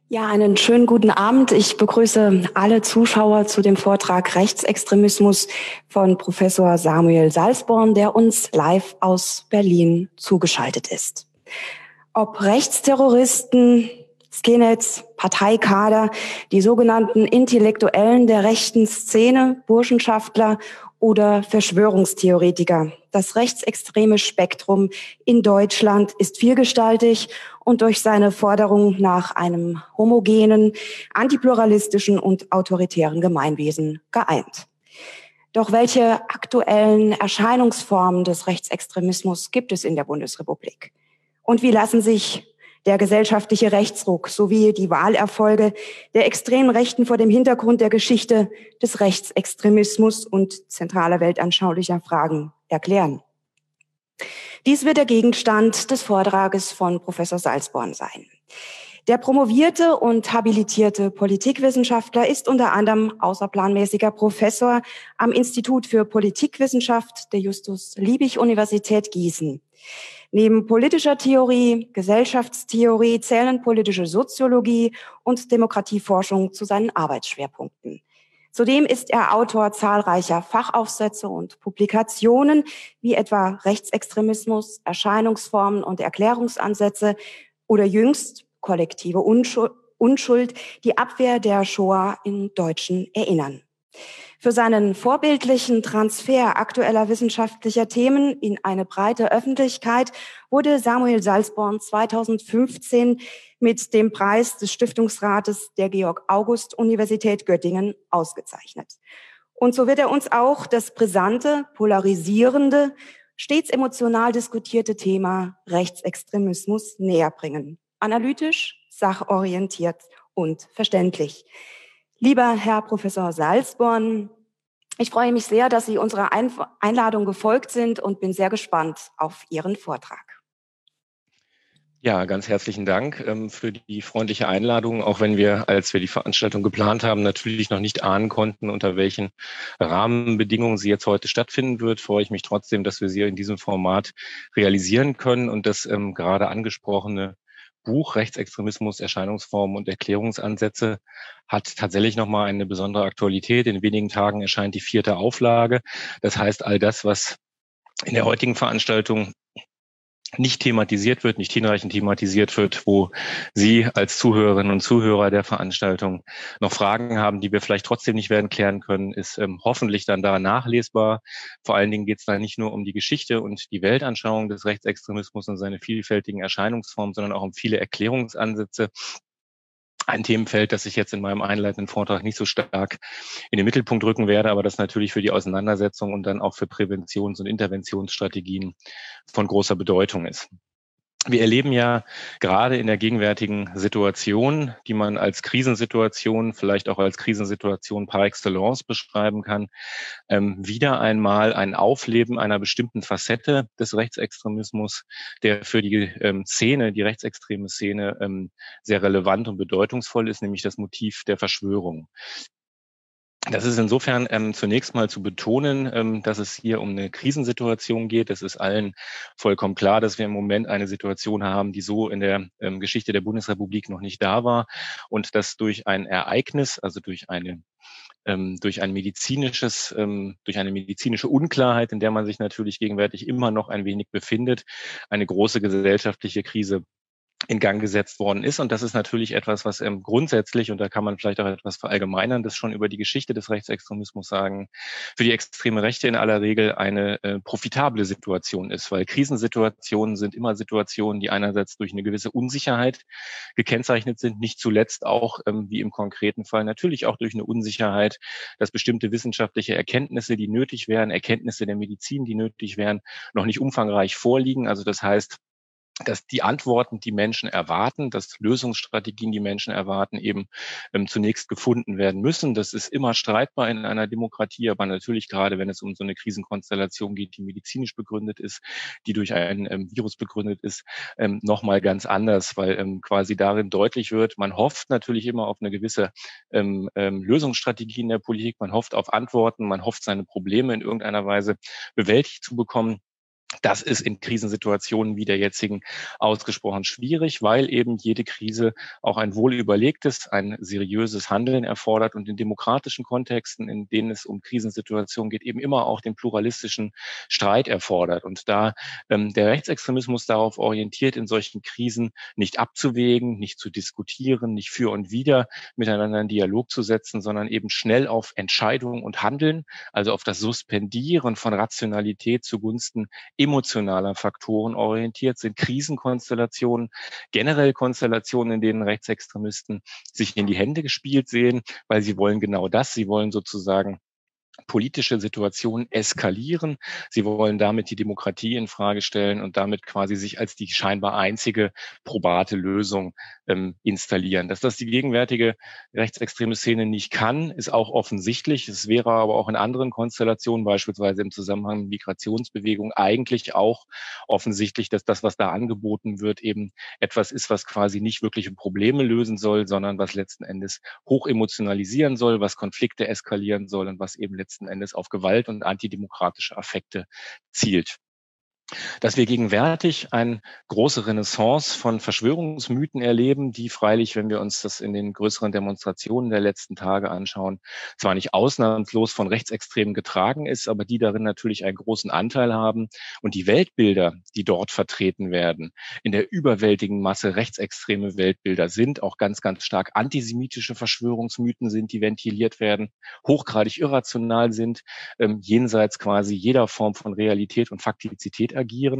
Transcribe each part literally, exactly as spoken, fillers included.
Ja, einen schönen guten Abend. Ich begrüße alle Zuschauer zu dem Vortrag Rechtsextremismus von Professor Samuel Salzborn, der uns live aus Berlin zugeschaltet ist. Ob Rechtsterroristen, Skinheads, Parteikader, die sogenannten Intellektuellen der rechten Szene, Burschenschaftler oder Verschwörungstheoretiker. Das rechtsextreme Spektrum in Deutschland ist vielgestaltig und durch seine Forderung nach einem homogenen, antipluralistischen und autoritären Gemeinwesen geeint. Doch welche aktuellen Erscheinungsformen des Rechtsextremismus gibt es in der Bundesrepublik? Und wie lassen sich der gesellschaftliche Rechtsruck sowie die Wahlerfolge der extremen Rechten vor dem Hintergrund der Geschichte des Rechtsextremismus und zentraler weltanschaulicher Fragen erklären? Dies wird der Gegenstand des Vortrages von Professor Salzborn sein. Der promovierte und habilitierte Politikwissenschaftler ist unter anderem außerplanmäßiger Professor am Institut für Politikwissenschaft der Justus-Liebig-Universität Gießen. Neben politischer Theorie, Gesellschaftstheorie zählen politische Soziologie und Demokratieforschung zu seinen Arbeitsschwerpunkten. Zudem ist er Autor zahlreicher Fachaufsätze und Publikationen, wie etwa Rechtsextremismus, Erscheinungsformen und Erklärungsansätze oder jüngst kollektive Unschuld, die Abwehr der Shoah im Deutschen Erinnern. Für seinen vorbildlichen Transfer aktueller wissenschaftlicher Themen in eine breite Öffentlichkeit wurde Samuel Salzborn zweitausendfünfzehn mit dem Preis des Stiftungsrates der Georg-August-Universität Göttingen ausgezeichnet. Und so wird er uns auch das brisante, polarisierende, stets emotional diskutierte Thema Rechtsextremismus näherbringen. Analytisch, sachorientiert und verständlich. Lieber Herr Professor Salzborn, ich freue mich sehr, dass Sie unserer Einladung gefolgt sind und bin sehr gespannt auf Ihren Vortrag. Ja, ganz herzlichen Dank ähm, für die freundliche Einladung, auch wenn wir, als wir die Veranstaltung geplant haben, natürlich noch nicht ahnen konnten, unter welchen Rahmenbedingungen sie jetzt heute stattfinden wird, freue ich mich trotzdem, dass wir sie in diesem Format realisieren können und das ähm, gerade angesprochene Buch Rechtsextremismus, Erscheinungsformen und Erklärungsansätze hat tatsächlich nochmal eine besondere Aktualität. In wenigen Tagen erscheint die vierte Auflage. Das heißt, all das, was in der heutigen Veranstaltung nicht thematisiert wird, nicht hinreichend thematisiert wird, wo Sie als Zuhörerinnen und Zuhörer der Veranstaltung noch Fragen haben, die wir vielleicht trotzdem nicht werden klären können, ist ähm, hoffentlich dann da nachlesbar. Vor allen Dingen geht es da nicht nur um die Geschichte und die Weltanschauung des Rechtsextremismus und seine vielfältigen Erscheinungsformen, sondern auch um viele Erklärungsansätze. Ein Themenfeld, das ich jetzt in meinem einleitenden Vortrag nicht so stark in den Mittelpunkt rücken werde, aber das natürlich für die Auseinandersetzung und dann auch für Präventions- und Interventionsstrategien von großer Bedeutung ist. Wir erleben ja gerade in der gegenwärtigen Situation, die man als Krisensituation, vielleicht auch als Krisensituation par excellence beschreiben kann, ähm, wieder einmal ein Aufleben einer bestimmten Facette des Rechtsextremismus, der für die ähm, Szene, die rechtsextreme Szene, ähm, sehr relevant und bedeutungsvoll ist, nämlich das Motiv der Verschwörung. Das ist insofern ähm, zunächst mal zu betonen, ähm, dass es hier um eine Krisensituation geht. Es ist allen vollkommen klar, dass wir im Moment eine Situation haben, die so in der ähm, Geschichte der Bundesrepublik noch nicht da war und dass durch ein Ereignis, also durch eine ähm, durch ein medizinisches, ähm, durch eine medizinische Unklarheit, in der man sich natürlich gegenwärtig immer noch ein wenig befindet, eine große gesellschaftliche Krise in Gang gesetzt worden ist. Und das ist natürlich etwas, was ähm, grundsätzlich, und da kann man vielleicht auch etwas verallgemeinern, das schon über die Geschichte des Rechtsextremismus sagen, für die extreme Rechte in aller Regel eine äh, profitable Situation ist, weil Krisensituationen sind immer Situationen, die einerseits durch eine gewisse Unsicherheit gekennzeichnet sind, nicht zuletzt auch, ähm, wie im konkreten Fall, natürlich auch durch eine Unsicherheit, dass bestimmte wissenschaftliche Erkenntnisse, die nötig wären, Erkenntnisse der Medizin, die nötig wären, noch nicht umfangreich vorliegen. Also das heißt, dass die Antworten, die Menschen erwarten, dass Lösungsstrategien, die Menschen erwarten, eben ähm, zunächst gefunden werden müssen. Das ist immer streitbar in einer Demokratie, aber natürlich gerade, wenn es um so eine Krisenkonstellation geht, die medizinisch begründet ist, die durch ein ähm, Virus begründet ist, ähm, nochmal ganz anders, weil ähm, quasi darin deutlich wird, man hofft natürlich immer auf eine gewisse ähm, ähm, Lösungsstrategie in der Politik, man hofft auf Antworten, man hofft, seine Probleme in irgendeiner Weise bewältigt zu bekommen. Das ist in Krisensituationen wie der jetzigen ausgesprochen schwierig, weil eben jede Krise auch ein wohlüberlegtes, ein seriöses Handeln erfordert und in demokratischen Kontexten, in denen es um Krisensituationen geht, eben immer auch den pluralistischen Streit erfordert. Und da ähm, der Rechtsextremismus darauf orientiert, in solchen Krisen nicht abzuwägen, nicht zu diskutieren, nicht für und wider miteinander in Dialog zu setzen, sondern eben schnell auf Entscheidungen und Handeln, also auf das Suspendieren von Rationalität zugunsten emotionaler Faktoren orientiert sind, Krisenkonstellationen, generell Konstellationen, in denen Rechtsextremisten sich in die Hände gespielt sehen, weil sie wollen genau das, sie wollen sozusagen politische Situationen eskalieren. Sie wollen damit die Demokratie in Frage stellen und damit quasi sich als die scheinbar einzige probate Lösung ähm, installieren. Dass das die gegenwärtige rechtsextreme Szene nicht kann, ist auch offensichtlich. Es wäre aber auch in anderen Konstellationen, beispielsweise im Zusammenhang mit Migrationsbewegungen, eigentlich auch offensichtlich, dass das, was da angeboten wird, eben etwas ist, was quasi nicht wirkliche Probleme lösen soll, sondern was letzten Endes hoch emotionalisieren soll, was Konflikte eskalieren soll und was eben letzten Endes auf Gewalt und antidemokratische Affekte zielt. Dass wir gegenwärtig eine große Renaissance von Verschwörungsmythen erleben, die freilich, wenn wir uns das in den größeren Demonstrationen der letzten Tage anschauen, zwar nicht ausnahmslos von Rechtsextremen getragen ist, aber die darin natürlich einen großen Anteil haben. Und die Weltbilder, die dort vertreten werden, in der überwältigenden Masse rechtsextreme Weltbilder sind, auch ganz, ganz stark antisemitische Verschwörungsmythen sind, die ventiliert werden, hochgradig irrational sind, ähm, jenseits quasi jeder Form von Realität und Faktizität agieren,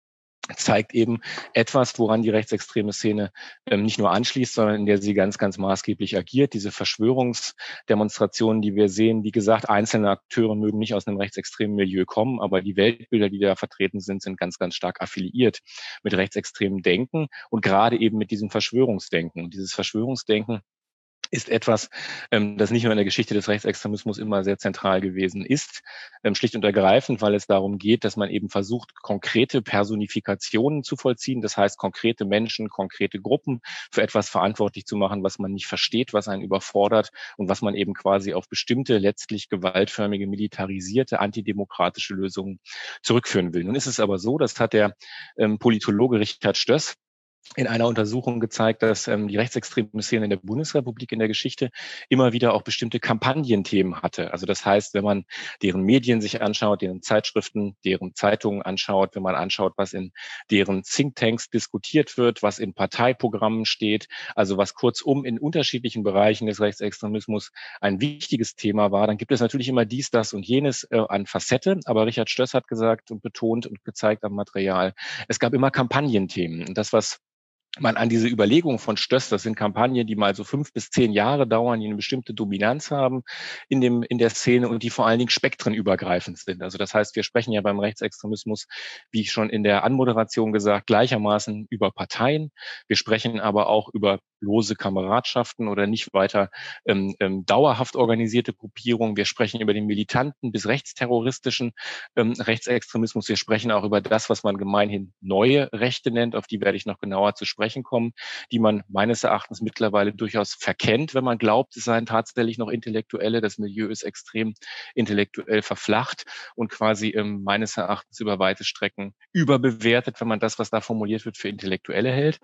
zeigt eben etwas, woran die rechtsextreme Szene ähm, nicht nur anschließt, sondern in der sie ganz, ganz maßgeblich agiert. Diese Verschwörungsdemonstrationen, die wir sehen, wie gesagt, einzelne Akteure mögen nicht aus einem rechtsextremen Milieu kommen, aber die Weltbilder, die da vertreten sind, sind ganz, ganz stark affiliiert mit rechtsextremem Denken und gerade eben mit diesem Verschwörungsdenken. Und dieses Verschwörungsdenken ist etwas, ähm, das nicht nur in der Geschichte des Rechtsextremismus immer sehr zentral gewesen ist, ähm, schlicht und ergreifend, weil es darum geht, dass man eben versucht, konkrete Personifikationen zu vollziehen, das heißt konkrete Menschen, konkrete Gruppen für etwas verantwortlich zu machen, was man nicht versteht, was einen überfordert und was man eben quasi auf bestimmte, letztlich gewaltförmige, militarisierte, antidemokratische Lösungen zurückführen will. Nun ist es aber so, das hat der ähm, Politologe Richard Stöss in einer Untersuchung gezeigt, dass ähm, die rechtsextreme Szene in der Bundesrepublik in der Geschichte immer wieder auch bestimmte Kampagnenthemen hatte. Also das heißt, wenn man deren Medien sich anschaut, deren Zeitschriften, deren Zeitungen anschaut, wenn man anschaut, was in deren Thinktanks diskutiert wird, was in Parteiprogrammen steht, also was kurzum in unterschiedlichen Bereichen des Rechtsextremismus ein wichtiges Thema war, dann gibt es natürlich immer dies, das und jenes äh, an Facette. Aber Richard Stöss hat gesagt und betont und gezeigt am Material, es gab immer Kampagnenthemen. Und das, was man an diese Überlegung von Stöss, das sind Kampagnen, die mal so fünf bis zehn Jahre dauern, die eine bestimmte Dominanz haben in dem, in der Szene und die vor allen Dingen spektrenübergreifend sind. Also das heißt, wir sprechen ja beim Rechtsextremismus, wie ich schon in der Anmoderation gesagt, gleichermaßen über Parteien. Wir sprechen aber auch über lose Kameradschaften oder nicht weiter ähm, ähm, dauerhaft organisierte Gruppierungen. Wir sprechen über den militanten bis rechtsterroristischen ähm, Rechtsextremismus. Wir sprechen auch über das, was man gemeinhin neue Rechte nennt, auf die werde ich noch genauer zu sprechen kommen, die man meines Erachtens mittlerweile durchaus verkennt, wenn man glaubt, es seien tatsächlich noch Intellektuelle. Das Milieu ist extrem intellektuell verflacht und quasi ähm, meines Erachtens über weite Strecken überbewertet, wenn man das, was da formuliert wird, für Intellektuelle hält.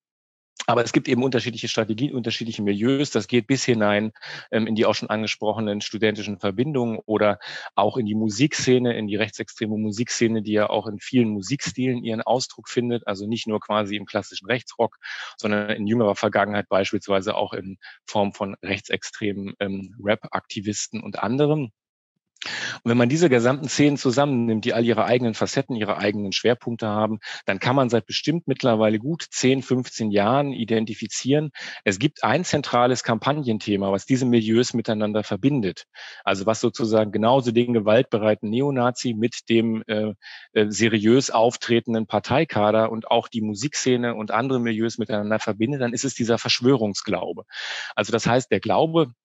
Aber es gibt eben unterschiedliche Strategien, unterschiedliche Milieus. Das geht bis hinein ähm, in die auch schon angesprochenen studentischen Verbindungen oder auch in die Musikszene, in die rechtsextreme Musikszene, die ja auch in vielen Musikstilen ihren Ausdruck findet. Also nicht nur quasi im klassischen Rechtsrock, sondern in jüngerer Vergangenheit beispielsweise auch in Form von rechtsextremen ähm, Rap-Aktivisten und anderem. Und wenn man diese gesamten Szenen zusammennimmt, die all ihre eigenen Facetten, ihre eigenen Schwerpunkte haben, dann kann man seit bestimmt mittlerweile gut zehn, fünfzehn Jahren identifizieren. Es gibt ein zentrales Kampagnenthema, was diese Milieus miteinander verbindet. Also was sozusagen genauso den gewaltbereiten Neonazi mit dem äh, äh, seriös auftretenden Parteikader und auch die Musikszene und andere Milieus miteinander verbindet, dann ist es dieser Verschwörungsglaube. Also das heißt, der Glaube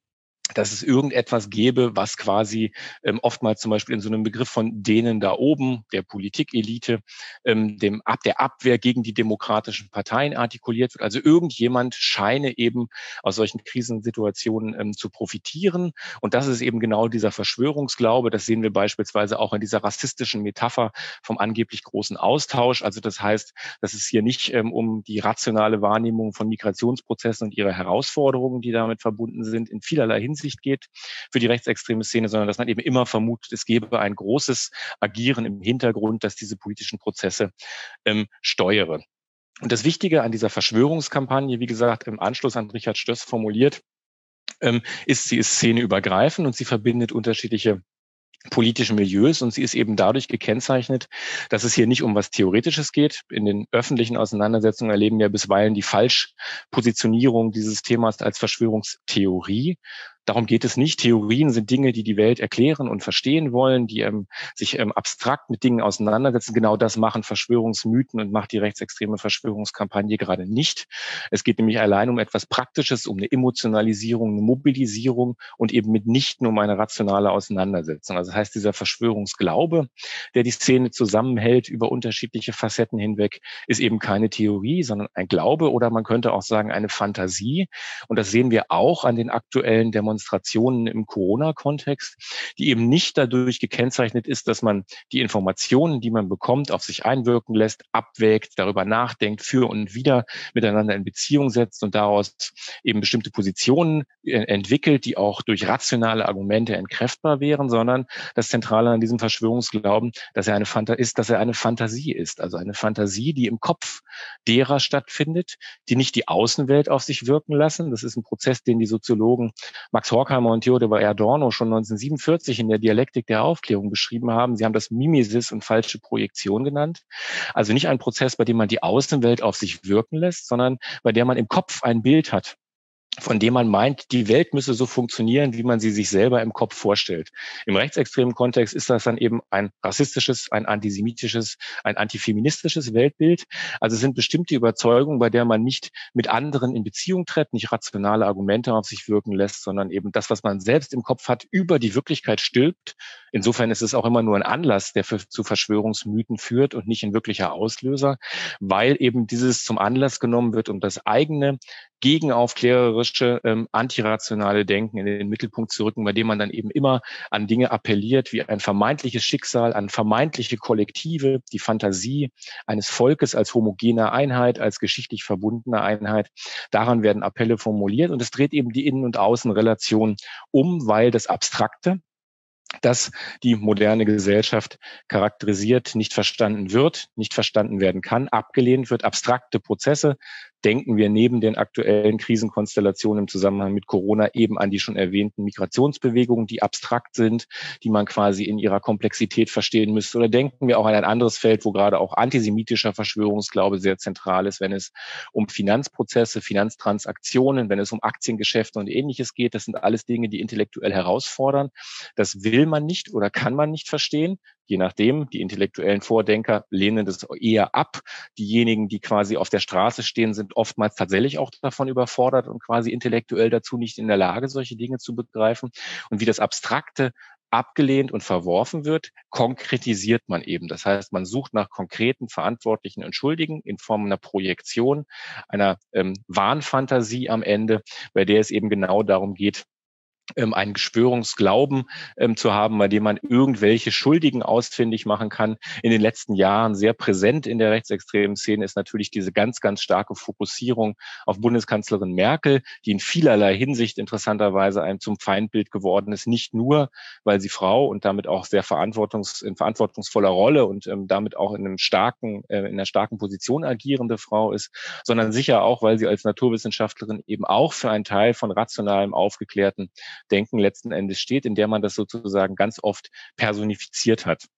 dass es irgendetwas gäbe, was quasi ähm, oftmals zum Beispiel in so einem Begriff von denen da oben, der Politikelite, ähm, dem Ab der Abwehr gegen die demokratischen Parteien artikuliert wird. Also irgendjemand scheine eben aus solchen Krisensituationen ähm, zu profitieren. Und das ist eben genau dieser Verschwörungsglaube. Das sehen wir beispielsweise auch in dieser rassistischen Metapher vom angeblich großen Austausch. Also das heißt, dass es hier nicht ähm, um die rationale Wahrnehmung von Migrationsprozessen und ihre Herausforderungen, die damit verbunden sind, in vielerlei Hinsicht geht für die rechtsextreme Szene, sondern dass man eben immer vermutet, es gäbe ein großes Agieren im Hintergrund, das diese politischen Prozesse ähm, steuere. Und das Wichtige an dieser Verschwörungskampagne, wie gesagt, im Anschluss an Richard Stöss formuliert, ähm, ist, sie ist szeneübergreifend und sie verbindet unterschiedliche politischen Milieus und sie ist eben dadurch gekennzeichnet, dass es hier nicht um was Theoretisches geht. In den öffentlichen Auseinandersetzungen erleben wir bisweilen die Falschpositionierung dieses Themas als Verschwörungstheorie. Darum geht es nicht. Theorien sind Dinge, die die Welt erklären und verstehen wollen, die ähm, sich ähm, abstrakt mit Dingen auseinandersetzen. Genau das machen Verschwörungsmythen und macht die rechtsextreme Verschwörungskampagne gerade nicht. Es geht nämlich allein um etwas Praktisches, um eine Emotionalisierung, eine Mobilisierung und eben mitnichten um eine rationale Auseinandersetzung. Also das heißt, dieser Verschwörungsglaube, der die Szene zusammenhält über unterschiedliche Facetten hinweg, ist eben keine Theorie, sondern ein Glaube oder man könnte auch sagen eine Fantasie. Und das sehen wir auch an den aktuellen Demonstrationen Demonstrationen im Corona-Kontext, die eben nicht dadurch gekennzeichnet ist, dass man die Informationen, die man bekommt, auf sich einwirken lässt, abwägt, darüber nachdenkt, für und wieder miteinander in Beziehung setzt und daraus eben bestimmte Positionen entwickelt, die auch durch rationale Argumente entkräftbar wären, sondern das Zentrale an diesem Verschwörungsglauben, dass er eine Fanta- ist, dass er eine Fantasie ist, also eine Fantasie, die im Kopf derer stattfindet, die nicht die Außenwelt auf sich wirken lassen. Das ist ein Prozess, den die Soziologen Max Horkheimer und Theodor Adorno schon neunzehnhundertsiebenundvierzig in der Dialektik der Aufklärung beschrieben haben. Sie haben das Mimesis und falsche Projektion genannt. Also nicht ein Prozess, bei dem man die Außenwelt auf sich wirken lässt, sondern bei der man im Kopf ein Bild hat, von dem man meint, die Welt müsse so funktionieren, wie man sie sich selber im Kopf vorstellt. Im rechtsextremen Kontext ist das dann eben ein rassistisches, ein antisemitisches, ein antifeministisches Weltbild. Also es sind bestimmte Überzeugungen, bei der man nicht mit anderen in Beziehung tritt, nicht rationale Argumente auf sich wirken lässt, sondern eben das, was man selbst im Kopf hat, über die Wirklichkeit stülpt. Insofern ist es auch immer nur ein Anlass, der für, zu Verschwörungsmythen führt und nicht ein wirklicher Auslöser, weil eben dieses zum Anlass genommen wird, um das eigene gegenaufklärerische, ähm, antirationale Denken in den Mittelpunkt zu rücken, bei dem man dann eben immer an Dinge appelliert, wie ein vermeintliches Schicksal, an vermeintliche Kollektive, die Fantasie eines Volkes als homogene Einheit, als geschichtlich verbundene Einheit. Daran werden Appelle formuliert und es dreht eben die Innen- und Außenrelation um, weil das Abstrakte, dass die moderne Gesellschaft charakterisiert, nicht verstanden wird, nicht verstanden werden kann, abgelehnt wird. Abstrakte Prozesse, denken wir neben den aktuellen Krisenkonstellationen im Zusammenhang mit Corona eben an die schon erwähnten Migrationsbewegungen, die abstrakt sind, die man quasi in ihrer Komplexität verstehen müsste. Oder denken wir auch an ein anderes Feld, wo gerade auch antisemitischer Verschwörungsglaube sehr zentral ist, wenn es um Finanzprozesse, Finanztransaktionen, wenn es um Aktiengeschäfte und Ähnliches geht. Das sind alles Dinge, die intellektuell herausfordern. Das will man nicht oder kann man nicht verstehen. Je nachdem, die intellektuellen Vordenker lehnen das eher ab. Diejenigen, die quasi auf der Straße stehen, sind oftmals tatsächlich auch davon überfordert und quasi intellektuell dazu nicht in der Lage, solche Dinge zu begreifen. Und wie das Abstrakte abgelehnt und verworfen wird, konkretisiert man eben. Das heißt, man sucht nach konkreten Verantwortlichen und Schuldigen in Form einer Projektion, einer ähm, Wahnfantasie am Ende, bei der es eben genau darum geht, ähm, einen Geschwörungsglauben ähm, zu haben, bei dem man irgendwelche Schuldigen ausfindig machen kann. In den letzten Jahren sehr präsent in der rechtsextremen Szene ist natürlich diese ganz, ganz starke Fokussierung auf Bundeskanzlerin Merkel, die in vielerlei Hinsicht interessanterweise einem zum Feindbild geworden ist. Nicht nur, weil sie Frau und damit auch sehr verantwortungs in verantwortungsvoller Rolle und ähm, damit auch in einem starken, äh, in einer starken Position agierende Frau ist, sondern sicher auch, weil sie als Naturwissenschaftlerin eben auch für einen Teil von rationalem, aufgeklärten Denken letzten Endes steht, in der man das sozusagen ganz oft personifiziert hat.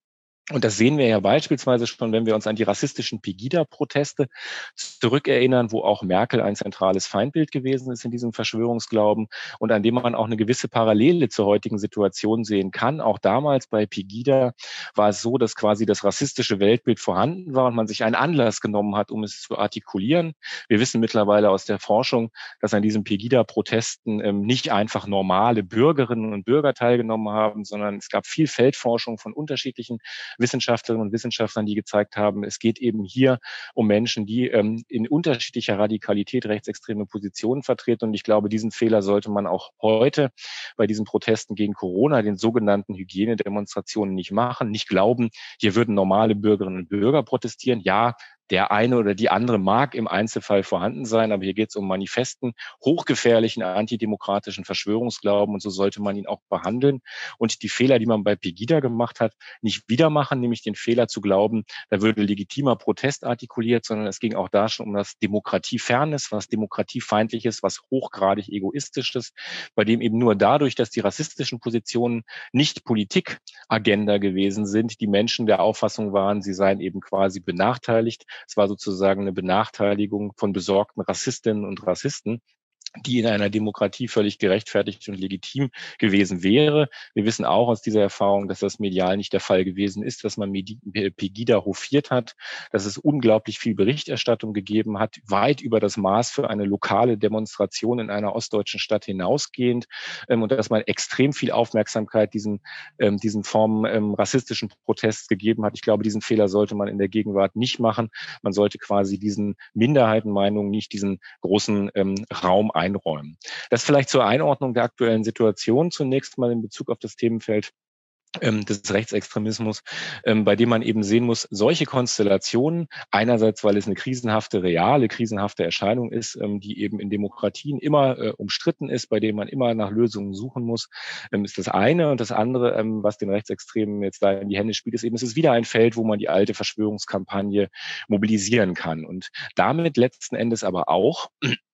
Und das sehen wir ja beispielsweise schon, wenn wir uns an die rassistischen Pegida-Proteste zurückerinnern, wo auch Merkel ein zentrales Feindbild gewesen ist in diesem Verschwörungsglauben und an dem man auch eine gewisse Parallele zur heutigen Situation sehen kann. Auch damals bei Pegida war es so, dass quasi das rassistische Weltbild vorhanden war und man sich einen Anlass genommen hat, um es zu artikulieren. Wir wissen mittlerweile aus der Forschung, dass an diesen Pegida-Protesten ähm, nicht einfach normale Bürgerinnen und Bürger teilgenommen haben, sondern es gab viel Feldforschung von unterschiedlichen Wissenschaftlerinnen und Wissenschaftlern, die gezeigt haben, es geht eben hier um Menschen, die ähm, in unterschiedlicher Radikalität rechtsextreme Positionen vertreten. Und ich glaube, diesen Fehler sollte man auch heute bei diesen Protesten gegen Corona, den sogenannten Hygienedemonstrationen, nicht machen, nicht glauben, hier würden normale Bürgerinnen und Bürger protestieren. Ja, der eine oder die andere mag im Einzelfall vorhanden sein, aber hier geht es um manifesten, hochgefährlichen, antidemokratischen Verschwörungsglauben und so sollte man ihn auch behandeln und die Fehler, die man bei Pegida gemacht hat, nicht wieder machen, nämlich den Fehler zu glauben, da würde legitimer Protest artikuliert, sondern es ging auch da schon um das Demokratiefernes, was demokratiefeindliches, was hochgradig egoistisches, bei dem eben nur dadurch, dass die rassistischen Positionen nicht Politikagenda gewesen sind, die Menschen der Auffassung waren, sie seien eben quasi benachteiligt. Es war sozusagen eine Benachteiligung von besorgten Rassistinnen und Rassisten, die in einer Demokratie völlig gerechtfertigt und legitim gewesen wäre. Wir wissen auch aus dieser Erfahrung, dass das medial nicht der Fall gewesen ist, dass man Pegida hofiert hat, dass es unglaublich viel Berichterstattung gegeben hat, weit über das Maß für eine lokale Demonstration in einer ostdeutschen Stadt hinausgehend und dass man extrem viel Aufmerksamkeit diesen, diesen Formen rassistischen Protests gegeben hat. Ich glaube, diesen Fehler sollte man in der Gegenwart nicht machen. Man sollte quasi diesen Minderheitenmeinungen nicht diesen großen Raum einräumen. einräumen. Das vielleicht zur Einordnung der aktuellen Situation zunächst mal in Bezug auf das Themenfeld ähm, des Rechtsextremismus, ähm, bei dem man eben sehen muss, solche Konstellationen, einerseits, weil es eine krisenhafte, reale, krisenhafte Erscheinung ist, ähm, die eben in Demokratien immer äh, umstritten ist, bei dem man immer nach Lösungen suchen muss, ähm, ist das eine. Und das andere, ähm, was den Rechtsextremen jetzt da in die Hände spielt, ist eben, es ist wieder ein Feld, wo man die alte Verschwörungskampagne mobilisieren kann. Und damit letzten Endes aber auch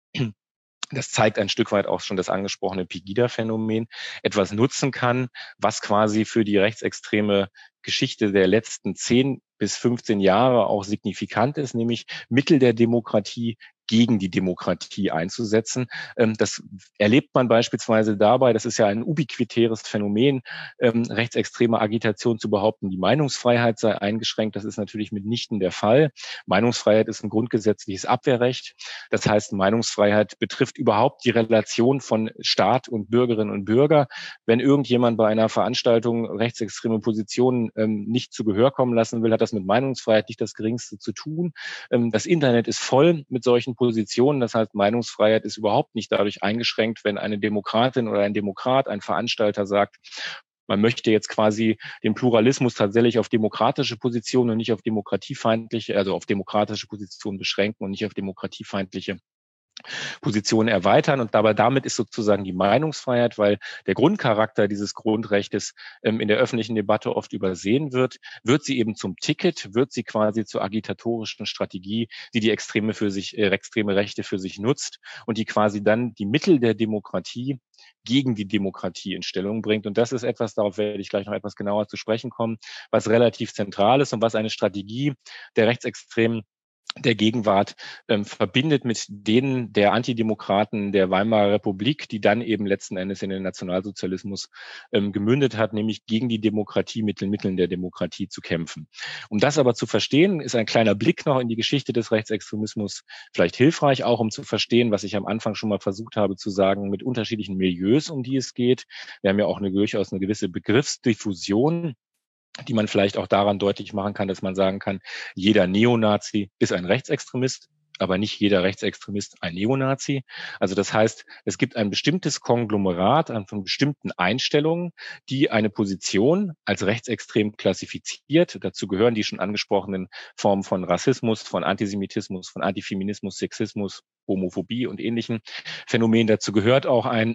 das zeigt ein Stück weit auch schon das angesprochene Pegida-Phänomen, etwas nutzen kann, was quasi für die rechtsextreme Geschichte der letzten zehn bis fünfzehn Jahre auch signifikant ist, nämlich Mittel der Demokratie gegen die Demokratie einzusetzen. Das erlebt man beispielsweise dabei, das ist ja ein ubiquitäres Phänomen, rechtsextreme Agitation zu behaupten, die Meinungsfreiheit sei eingeschränkt. Das ist natürlich mitnichten der Fall. Meinungsfreiheit ist ein grundgesetzliches Abwehrrecht. Das heißt, Meinungsfreiheit betrifft überhaupt die Relation von Staat und Bürgerinnen und Bürger. Wenn irgendjemand bei einer Veranstaltung rechtsextreme Positionen nicht zu Gehör kommen lassen will, hat das mit Meinungsfreiheit nicht das Geringste zu tun. Das Internet ist voll mit solchen Positionen. Das heißt, Meinungsfreiheit ist überhaupt nicht dadurch eingeschränkt, wenn eine Demokratin oder ein Demokrat, ein Veranstalter sagt, man möchte jetzt quasi den Pluralismus tatsächlich auf demokratische Positionen und nicht auf demokratiefeindliche, also auf demokratische Positionen beschränken und nicht auf demokratiefeindliche Positionen erweitern. Und dabei damit ist sozusagen die Meinungsfreiheit, weil der Grundcharakter dieses Grundrechtes ähm, in der öffentlichen Debatte oft übersehen wird, wird sie eben zum Ticket, wird sie quasi zur agitatorischen Strategie, die die extreme für sich, äh, extreme Rechte für sich nutzt und die quasi dann die Mittel der Demokratie gegen die Demokratie in Stellung bringt. Und das ist etwas, darauf werde ich gleich noch etwas genauer zu sprechen kommen, was relativ zentral ist und was eine Strategie der Rechtsextremen der Gegenwart ähm, verbindet mit denen der Antidemokraten der Weimarer Republik, die dann eben letzten Endes in den Nationalsozialismus ähm, gemündet hat, nämlich gegen die Demokratie mit den Mitteln der Demokratie zu kämpfen. Um das aber zu verstehen, ist ein kleiner Blick noch in die Geschichte des Rechtsextremismus vielleicht hilfreich, auch um zu verstehen, was ich am Anfang schon mal versucht habe zu sagen, mit unterschiedlichen Milieus, um die es geht. Wir haben ja auch eine durchaus eine gewisse Begriffsdiffusion, die man vielleicht auch daran deutlich machen kann, dass man sagen kann, jeder Neonazi ist ein Rechtsextremist, aber nicht jeder Rechtsextremist ein Neonazi. Also das heißt, es gibt ein bestimmtes Konglomerat an von bestimmten Einstellungen, die eine Position als rechtsextrem klassifiziert. Dazu gehören die schon angesprochenen Formen von Rassismus, von Antisemitismus, von Antifeminismus, Sexismus, Homophobie und ähnlichen Phänomenen. Dazu gehört auch ein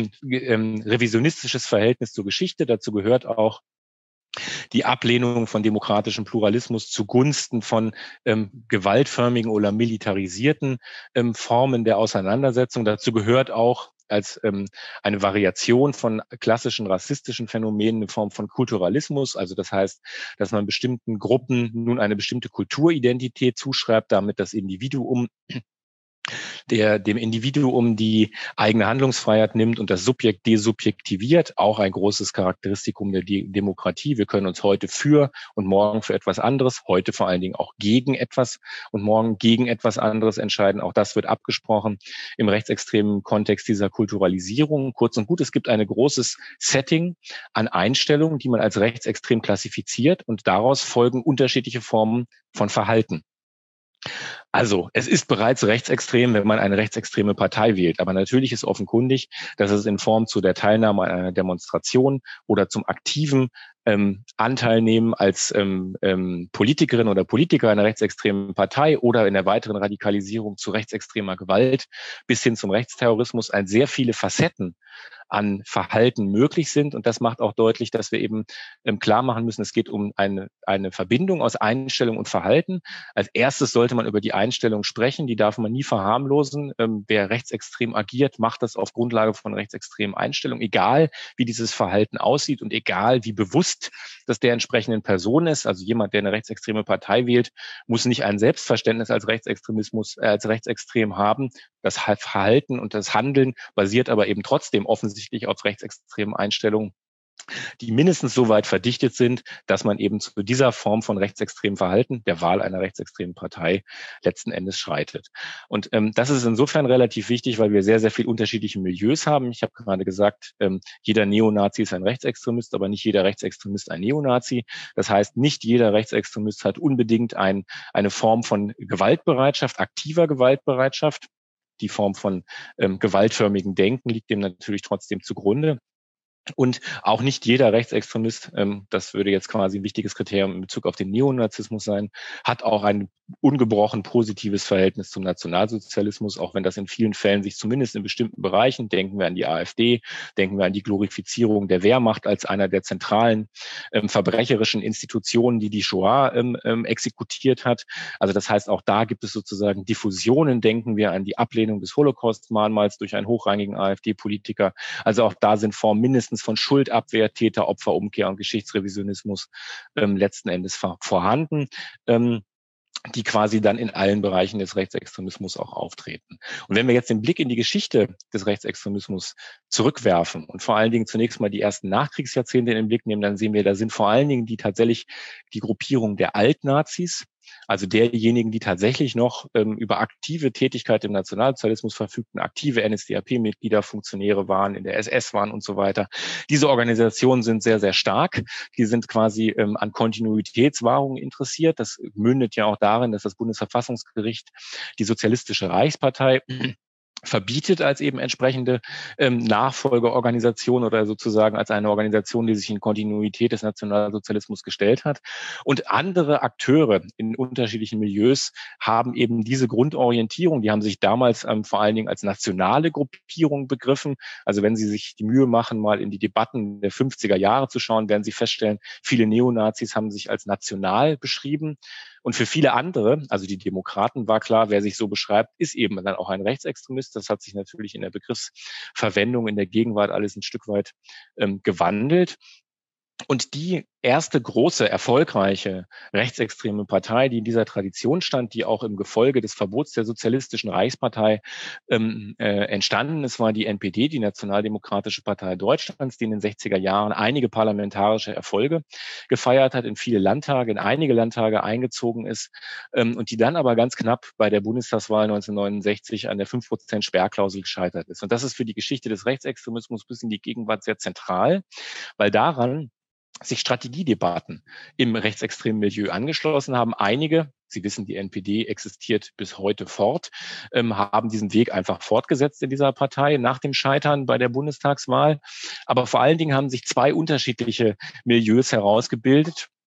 ähm, revisionistisches Verhältnis zur Geschichte. Dazu gehört auch die Ablehnung von demokratischem Pluralismus zugunsten von ähm, gewaltförmigen oder militarisierten ähm, Formen der Auseinandersetzung. Dazu gehört auch als ähm, eine Variation von klassischen rassistischen Phänomenen in Form von Kulturalismus. Also das heißt, dass man bestimmten Gruppen nun eine bestimmte Kulturidentität zuschreibt, damit das Individuum der dem Individuum die eigene Handlungsfreiheit nimmt und das Subjekt desubjektiviert, auch ein großes Charakteristikum der De- Demokratie. Wir können uns heute für und morgen für etwas anderes, heute vor allen Dingen auch gegen etwas und morgen gegen etwas anderes entscheiden. Auch das wird abgesprochen im rechtsextremen Kontext dieser Kulturalisierung. Kurz und gut, es gibt ein großes Setting an Einstellungen, die man als rechtsextrem klassifiziert, und daraus folgen unterschiedliche Formen von Verhalten. Also, es ist bereits rechtsextrem, wenn man eine rechtsextreme Partei wählt. Aber natürlich ist offenkundig, dass es in Form zu der Teilnahme an einer Demonstration oder zum aktiven ähm, Anteil nehmen als ähm, ähm, Politikerin oder Politiker einer rechtsextremen Partei oder in der weiteren Radikalisierung zu rechtsextremer Gewalt bis hin zum Rechtsterrorismus ein sehr viele Facetten an Verhalten möglich sind. Und das macht auch deutlich, dass wir eben ähm, klar machen müssen, es geht um eine, eine Verbindung aus Einstellung und Verhalten. Als erstes sollte man über die Einstellung sprechen, die darf man nie verharmlosen. Ähm, wer rechtsextrem agiert, macht das auf Grundlage von rechtsextremen Einstellungen, egal wie dieses Verhalten aussieht und egal wie bewusst das der entsprechenden Person ist. Also jemand, der eine rechtsextreme Partei wählt, muss nicht ein Selbstverständnis als Rechtsextremismus, äh, als rechtsextrem haben. Das Verhalten und das Handeln basiert aber eben trotzdem offensichtlich auf rechtsextremen Einstellungen, die mindestens so weit verdichtet sind, dass man eben zu dieser Form von rechtsextremem Verhalten, der Wahl einer rechtsextremen Partei, letzten Endes schreitet. Und ähm, das ist insofern relativ wichtig, weil wir sehr, sehr viel unterschiedliche Milieus haben. Ich habe gerade gesagt, ähm, jeder Neonazi ist ein Rechtsextremist, aber nicht jeder Rechtsextremist ein Neonazi. Das heißt, nicht jeder Rechtsextremist hat unbedingt ein, eine Form von Gewaltbereitschaft, aktiver Gewaltbereitschaft. Die Form von ähm, gewaltförmigem Denken liegt dem natürlich trotzdem zugrunde. Und auch nicht jeder Rechtsextremist, ähm, das würde jetzt quasi ein wichtiges Kriterium in Bezug auf den Neonazismus sein, hat auch ein ungebrochen positives Verhältnis zum Nationalsozialismus, auch wenn das in vielen Fällen sich zumindest in bestimmten Bereichen, denken wir an die AfD, denken wir an die Glorifizierung der Wehrmacht als einer der zentralen ähm, verbrecherischen Institutionen, die die Shoah ähm, ähm, exekutiert hat. Also das heißt, auch da gibt es sozusagen Diffusionen, denken wir an die Ablehnung des Holocaust-Mahnmals durch einen hochrangigen AfD-Politiker. Also auch da sind Formen mindestens von Schuldabwehr, Täter, Opferumkehr und Geschichtsrevisionismus ähm, letzten Endes vorhanden, ähm, die quasi dann in allen Bereichen des Rechtsextremismus auch auftreten. Und wenn wir jetzt den Blick in die Geschichte des Rechtsextremismus zurückwerfen und vor allen Dingen zunächst mal die ersten Nachkriegsjahrzehnte in den Blick nehmen, dann sehen wir, da sind vor allen Dingen die tatsächlich die Gruppierung der Altnazis, also derjenigen, die tatsächlich noch ähm, über aktive Tätigkeit im Nationalsozialismus verfügten, aktive N S D A P-Mitglieder, Funktionäre waren, in der S S waren und so weiter. Diese Organisationen sind sehr, sehr stark. Die sind quasi ähm, an Kontinuitätswahrung interessiert. Das mündet ja auch darin, dass das Bundesverfassungsgericht die Sozialistische Reichspartei verbietet als eben entsprechende ähm, Nachfolgeorganisation oder sozusagen als eine Organisation, die sich in Kontinuität des Nationalsozialismus gestellt hat. Und andere Akteure in unterschiedlichen Milieus haben eben diese Grundorientierung, die haben sich damals ähm, vor allen Dingen als nationale Gruppierung begriffen. Also wenn Sie sich die Mühe machen, mal in die Debatten der fünfziger Jahre zu schauen, werden Sie feststellen, viele Neonazis haben sich als national beschrieben. Und für viele andere, also die Demokraten, war klar, wer sich so beschreibt, ist eben dann auch ein Rechtsextremist. Das hat sich natürlich in der Begriffsverwendung in der Gegenwart alles ein Stück weit ähm, gewandelt. Und die erste große, erfolgreiche rechtsextreme Partei, die in dieser Tradition stand, die auch im Gefolge des Verbots der Sozialistischen Reichspartei ähm, äh, entstanden ist, war die N P D, die Nationaldemokratische Partei Deutschlands, die in den sechziger Jahren einige parlamentarische Erfolge gefeiert hat, in viele Landtage, in einige Landtage eingezogen ist ähm, und die dann aber ganz knapp bei der Bundestagswahl neunzehnhundertneunundsechzig an der fünf Prozent Sperrklausel gescheitert ist. Und das ist für die Geschichte des Rechtsextremismus bis in die Gegenwart sehr zentral, weil daran sich Strategiedebatten im rechtsextremen Milieu angeschlossen haben. Einige, Sie wissen, die N P D existiert bis heute fort, ähm, haben diesen Weg einfach fortgesetzt in dieser Partei nach dem Scheitern bei der Bundestagswahl. Aber vor allen Dingen haben sich zwei unterschiedliche Milieus herausgebildet,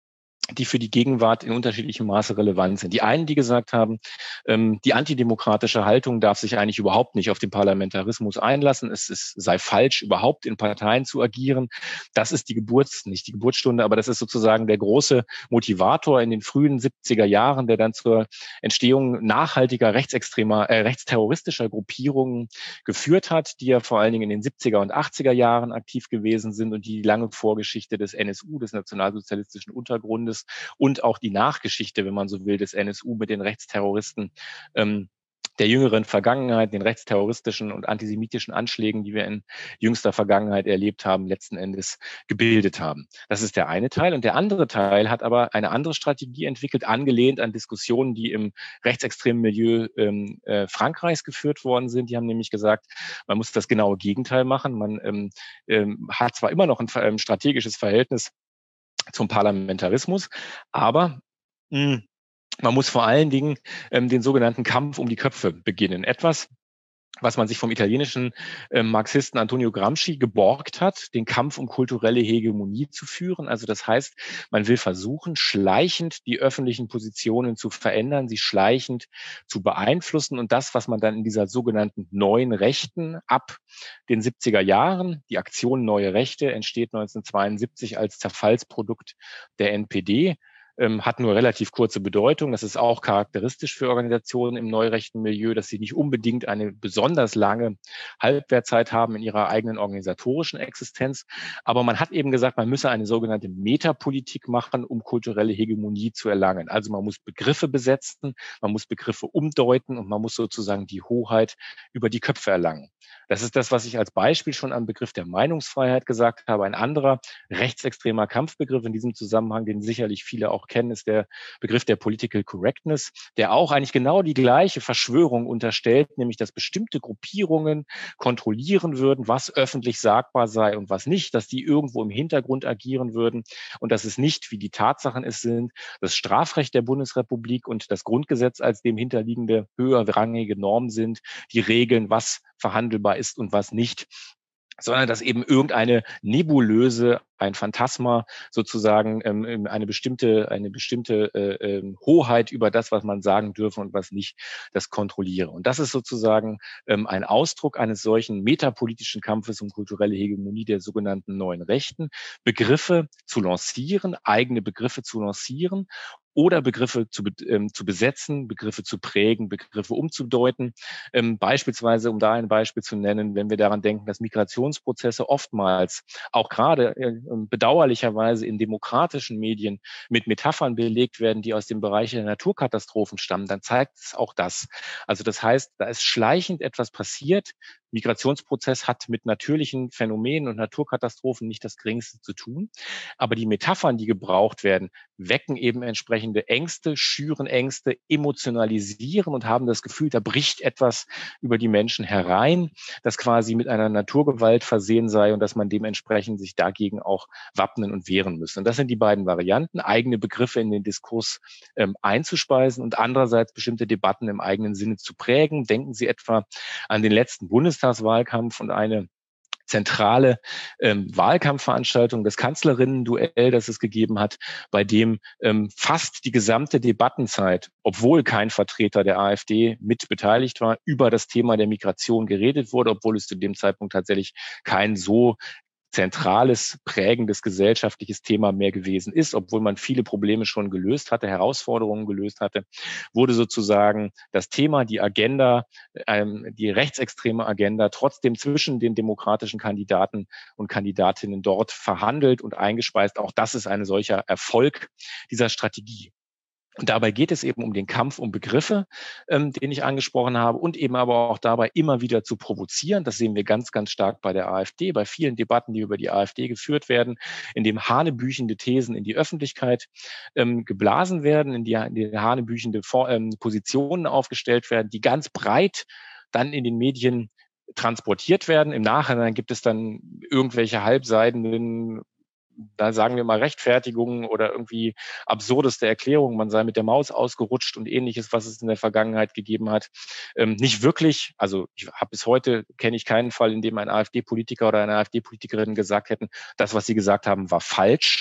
die für die Gegenwart in unterschiedlichem Maße relevant sind. Die einen, die gesagt haben, ähm, die antidemokratische Haltung darf sich eigentlich überhaupt nicht auf den Parlamentarismus einlassen. Es ist, sei falsch, überhaupt in Parteien zu agieren. Das ist die Geburts, nicht die Geburtsstunde, aber das ist sozusagen der große Motivator in den frühen siebziger Jahren, der dann zur Entstehung nachhaltiger rechtsextremer, äh, rechtsterroristischer Gruppierungen geführt hat, die ja vor allen Dingen in den siebziger und achtziger Jahren aktiv gewesen sind und die lange Vorgeschichte des N S U, des nationalsozialistischen Untergrundes, und auch die Nachgeschichte, wenn man so will, des N S U mit den Rechtsterroristen ähm, der jüngeren Vergangenheit, den rechtsterroristischen und antisemitischen Anschlägen, die wir in jüngster Vergangenheit erlebt haben, letzten Endes gebildet haben. Das ist der eine Teil. Und der andere Teil hat aber eine andere Strategie entwickelt, angelehnt an Diskussionen, die im rechtsextremen Milieu ähm, äh, Frankreichs geführt worden sind. Die haben nämlich gesagt, man muss das genaue Gegenteil machen. Man ähm, ähm, hat zwar immer noch ein ähm, strategisches Verhältnis zum Parlamentarismus, aber mh, man muss vor allen Dingen ähm, den sogenannten Kampf um die Köpfe beginnen. Etwas, was man sich vom italienischen äh, Marxisten Antonio Gramsci geborgt hat, den Kampf um kulturelle Hegemonie zu führen. Also das heißt, man will versuchen, schleichend die öffentlichen Positionen zu verändern, sie schleichend zu beeinflussen und das, was man dann in dieser sogenannten neuen Rechten ab den siebziger Jahren, die Aktion Neue Rechte, entsteht neunzehnhundertzweiundsiebzig als Zerfallsprodukt der N P D, hat nur relativ kurze Bedeutung. Das ist auch charakteristisch für Organisationen im neurechten Milieu, dass sie nicht unbedingt eine besonders lange Halbwertzeit haben in ihrer eigenen organisatorischen Existenz. Aber man hat eben gesagt, man müsse eine sogenannte Metapolitik machen, um kulturelle Hegemonie zu erlangen. Also man muss Begriffe besetzen, man muss Begriffe umdeuten und man muss sozusagen die Hoheit über die Köpfe erlangen. Das ist das, was ich als Beispiel schon am Begriff der Meinungsfreiheit gesagt habe. Ein anderer rechtsextremer Kampfbegriff in diesem Zusammenhang, den sicherlich viele auch kennen, ist der Begriff der Political Correctness, der auch eigentlich genau die gleiche Verschwörung unterstellt, nämlich dass bestimmte Gruppierungen kontrollieren würden, was öffentlich sagbar sei und was nicht, dass die irgendwo im Hintergrund agieren würden und dass es nicht, wie die Tatsachen es sind, das Strafrecht der Bundesrepublik und das Grundgesetz als dem hinterliegende höherrangige Normen sind, die regeln, was verhandelbar ist und was nicht, sondern dass eben irgendeine nebulöse, ein Phantasma sozusagen ähm, eine bestimmte eine bestimmte äh, äh, Hoheit über das, was man sagen dürfe und was nicht, das kontrolliere. Und das ist sozusagen ähm, ein Ausdruck eines solchen metapolitischen Kampfes um kulturelle Hegemonie der sogenannten neuen Rechten, Begriffe zu lancieren, eigene Begriffe zu lancieren oder Begriffe zu, ähm, zu besetzen, Begriffe zu prägen, Begriffe umzudeuten. Ähm, beispielsweise, um da ein Beispiel zu nennen, wenn wir daran denken, dass Migrationsprozesse oftmals auch gerade äh, bedauerlicherweise in demokratischen Medien mit Metaphern belegt werden, die aus dem Bereich der Naturkatastrophen stammen, dann zeigt es auch das. Also das heißt, da ist schleichend etwas passiert. Migrationsprozess hat mit natürlichen Phänomenen und Naturkatastrophen nicht das Geringste zu tun. Aber die Metaphern, die gebraucht werden, wecken eben entsprechende Ängste, schüren Ängste, emotionalisieren und haben das Gefühl, da bricht etwas über die Menschen herein, das quasi mit einer Naturgewalt versehen sei und dass man dementsprechend sich dagegen auch wappnen und wehren müsse. Und das sind die beiden Varianten, eigene Begriffe in den Diskurs ähm, einzuspeisen und andererseits bestimmte Debatten im eigenen Sinne zu prägen. Denken Sie etwa an den letzten Bundestagswahlkampf und eine zentrale ähm, Wahlkampfveranstaltung, das Kanzlerinnen-Duell, das es gegeben hat, bei dem ähm, fast die gesamte Debattenzeit, obwohl kein Vertreter der AfD mit beteiligt war, über das Thema der Migration geredet wurde, obwohl es zu dem Zeitpunkt tatsächlich kein so zentrales, prägendes gesellschaftliches Thema mehr gewesen ist, obwohl man viele Probleme schon gelöst hatte, Herausforderungen gelöst hatte, wurde sozusagen das Thema, die Agenda, ähm, die rechtsextreme Agenda trotzdem zwischen den demokratischen Kandidaten und Kandidatinnen dort verhandelt und eingespeist. Auch das ist ein solcher Erfolg dieser Strategie. Und dabei geht es eben um den Kampf um Begriffe, ähm, den ich angesprochen habe, und eben aber auch dabei immer wieder zu provozieren. Das sehen wir ganz, ganz stark bei der AfD, bei vielen Debatten, die über die AfD geführt werden, in dem hanebüchende Thesen in die Öffentlichkeit ähm, geblasen werden, in die, in die hanebüchende Vor- ähm, Positionen aufgestellt werden, die ganz breit dann in den Medien transportiert werden. Im Nachhinein gibt es dann irgendwelche halbseidenen, da sagen wir mal Rechtfertigungen oder irgendwie absurdeste Erklärungen, man sei mit der Maus ausgerutscht und ähnliches, was es in der Vergangenheit gegeben hat. Ähm, nicht wirklich, also ich habe bis heute, kenne ich keinen Fall, in dem ein AfD-Politiker oder eine AfD-Politikerin gesagt hätten, das, was sie gesagt haben, war falsch.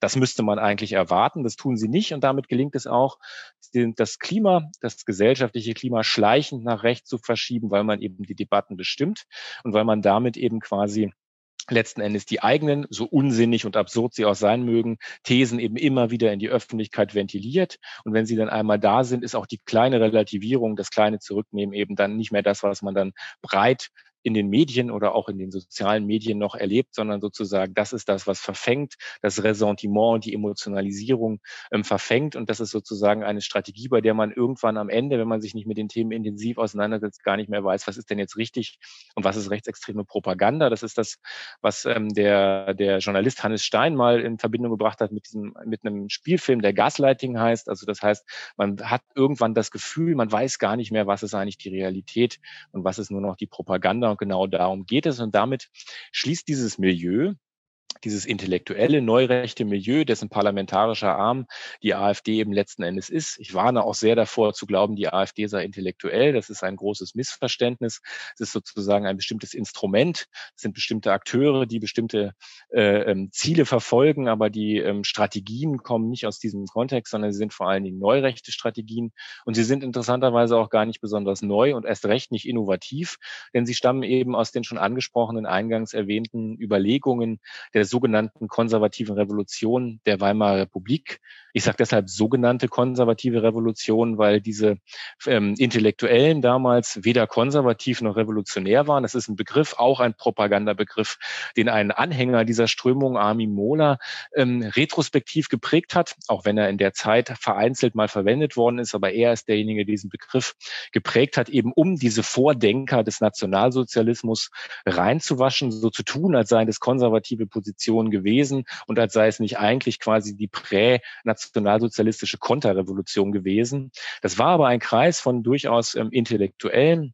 Das müsste man eigentlich erwarten. Das tun sie nicht. Und damit gelingt es auch, das Klima, das gesellschaftliche Klima schleichend nach rechts zu verschieben, weil man eben die Debatten bestimmt und weil man damit eben quasi letzten Endes die eigenen, so unsinnig und absurd sie auch sein mögen, Thesen eben immer wieder in die Öffentlichkeit ventiliert. Und wenn sie dann einmal da sind, ist auch die kleine Relativierung, das kleine Zurücknehmen eben dann nicht mehr das, was man dann breit in den Medien oder auch in den sozialen Medien noch erlebt, sondern sozusagen das ist das, was verfängt, das Ressentiment, die Emotionalisierung ähm, verfängt. Und das ist sozusagen eine Strategie, bei der man irgendwann am Ende, wenn man sich nicht mit den Themen intensiv auseinandersetzt, gar nicht mehr weiß, was ist denn jetzt richtig und was ist rechtsextreme Propaganda. Das ist das, was ähm, der, der Journalist Hannes Stein mal in Verbindung gebracht hat mit diesem, mit einem Spielfilm, der Gaslighting heißt. Also das heißt, man hat irgendwann das Gefühl, man weiß gar nicht mehr, was ist eigentlich die Realität und was ist nur noch die Propaganda. Und genau darum geht es. Und damit schließt dieses Milieu, dieses intellektuelle, neurechte Milieu, dessen parlamentarischer Arm die AfD eben letzten Endes ist. Ich warne auch sehr davor, zu glauben, die AfD sei intellektuell. Das ist ein großes Missverständnis. Es ist sozusagen ein bestimmtes Instrument. Es sind bestimmte Akteure, die bestimmte äh, ähm, Ziele verfolgen, aber die ähm, Strategien kommen nicht aus diesem Kontext, sondern sie sind vor allen Dingen neurechte Strategien. Und sie sind interessanterweise auch gar nicht besonders neu und erst recht nicht innovativ, denn sie stammen eben aus den schon angesprochenen, eingangs erwähnten Überlegungen der sogenannten konservativen Revolution der Weimarer Republik. Ich sage deshalb sogenannte konservative Revolution, weil diese ähm, Intellektuellen damals weder konservativ noch revolutionär waren. Das ist ein Begriff, auch ein Propagandabegriff, den ein Anhänger dieser Strömung, Armin Mohler, ähm, retrospektiv geprägt hat, auch wenn er in der Zeit vereinzelt mal verwendet worden ist. Aber er ist derjenige, der diesen Begriff geprägt hat, eben um diese Vordenker des Nationalsozialismus reinzuwaschen, so zu tun, als seien das konservative Positionen gewesen und als sei es nicht eigentlich quasi die prä-nationalsozialistische Konterrevolution gewesen. Das war aber ein Kreis von durchaus ähm, Intellektuellen,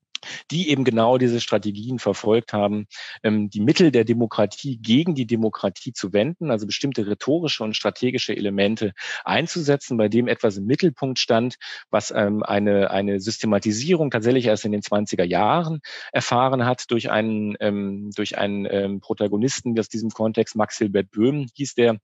die eben genau diese Strategien verfolgt haben, ähm, die Mittel der Demokratie gegen die Demokratie zu wenden, also bestimmte rhetorische und strategische Elemente einzusetzen, bei dem etwas im Mittelpunkt stand, was ähm, eine, eine Systematisierung tatsächlich erst in den zwanziger Jahren erfahren hat durch einen, ähm, durch einen ähm, Protagonisten aus diesem Kontext, Max Hilbert Böhm hieß der,